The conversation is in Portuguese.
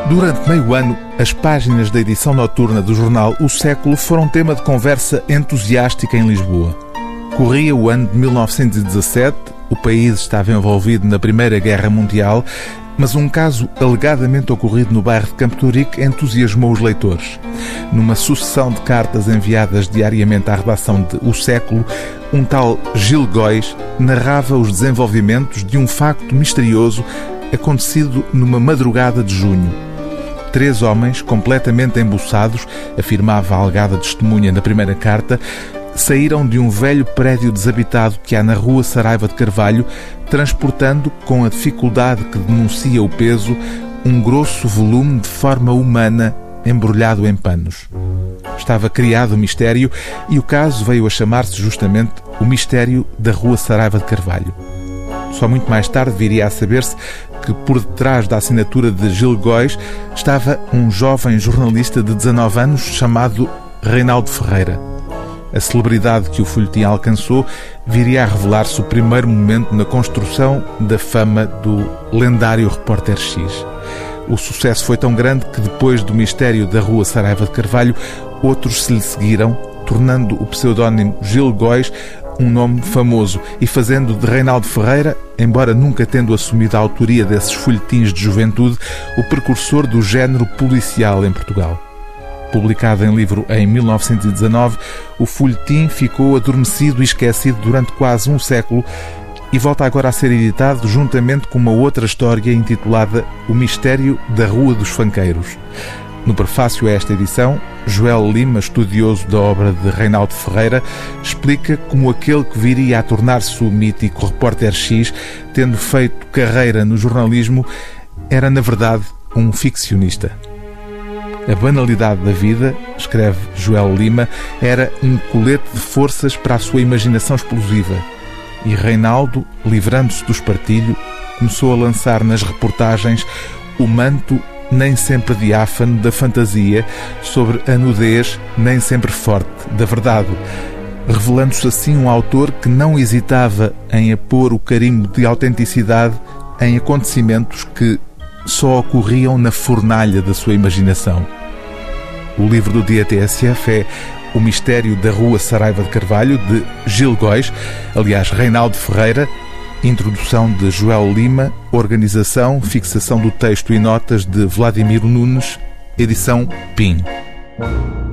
Durante meio ano, as páginas da edição noturna do jornal O Século foram tema de conversa entusiástica em Lisboa. Corria o ano de 1917, o país estava envolvido na Primeira Guerra Mundial, mas um caso alegadamente ocorrido no bairro de Campo de Ourique entusiasmou os leitores. Numa sucessão de cartas enviadas diariamente à redação de O Século, um tal Gil Góis narrava os desenvolvimentos de um facto misterioso acontecido numa madrugada de junho. 3 homens, completamente embuçados, afirmava a alegada testemunha na primeira carta, saíram de um velho prédio desabitado que há na rua Saraiva de Carvalho, transportando, com a dificuldade que denuncia o peso, um grosso volume de forma humana embrulhado em panos. Estava criado o mistério e o caso veio a chamar-se justamente o Mistério da Rua Saraiva de Carvalho. Só muito mais tarde viria a saber-se que por detrás da assinatura de Gil Góis estava um jovem jornalista de 19 anos chamado Reinaldo Ferreira. A celebridade que o folhetim alcançou viria a revelar-se o primeiro momento na construção da fama do lendário repórter X. O sucesso foi tão grande que depois do mistério da Rua Saraiva de Carvalho, outros se lhe seguiram, tornando o pseudónimo Gil Góis um nome famoso e fazendo de Reinaldo Ferreira, embora nunca tendo assumido a autoria desses folhetins de juventude, o precursor do género policial em Portugal. Publicado em livro em 1919, o folhetim ficou adormecido e esquecido durante quase um século e volta agora a ser editado juntamente com uma outra história intitulada O Mistério da Rua dos Fanqueiros. No prefácio a esta edição, Joel Lima, estudioso da obra de Reinaldo Ferreira, explica como aquele que viria a tornar-se o mítico repórter X, tendo feito carreira no jornalismo, era, na verdade, um ficcionista. A banalidade da vida, escreve Joel Lima, era um colete de forças para a sua imaginação explosiva. E Reinaldo, livrando-se do espartilho, começou a lançar nas reportagens o manto nem sempre diáfano da fantasia sobre a nudez nem sempre forte da verdade, revelando-se assim um autor que não hesitava em apor o carimbo de autenticidade em acontecimentos que só ocorriam na fornalha da sua imaginação. O livro do dia TSF é O Mistério da Rua Saraiva de Carvalho, de Gil Góis, aliás, Reinaldo Ferreira, introdução de Joel Lima, organização, fixação do texto e notas de Vladimiro Nunes, edição PIN.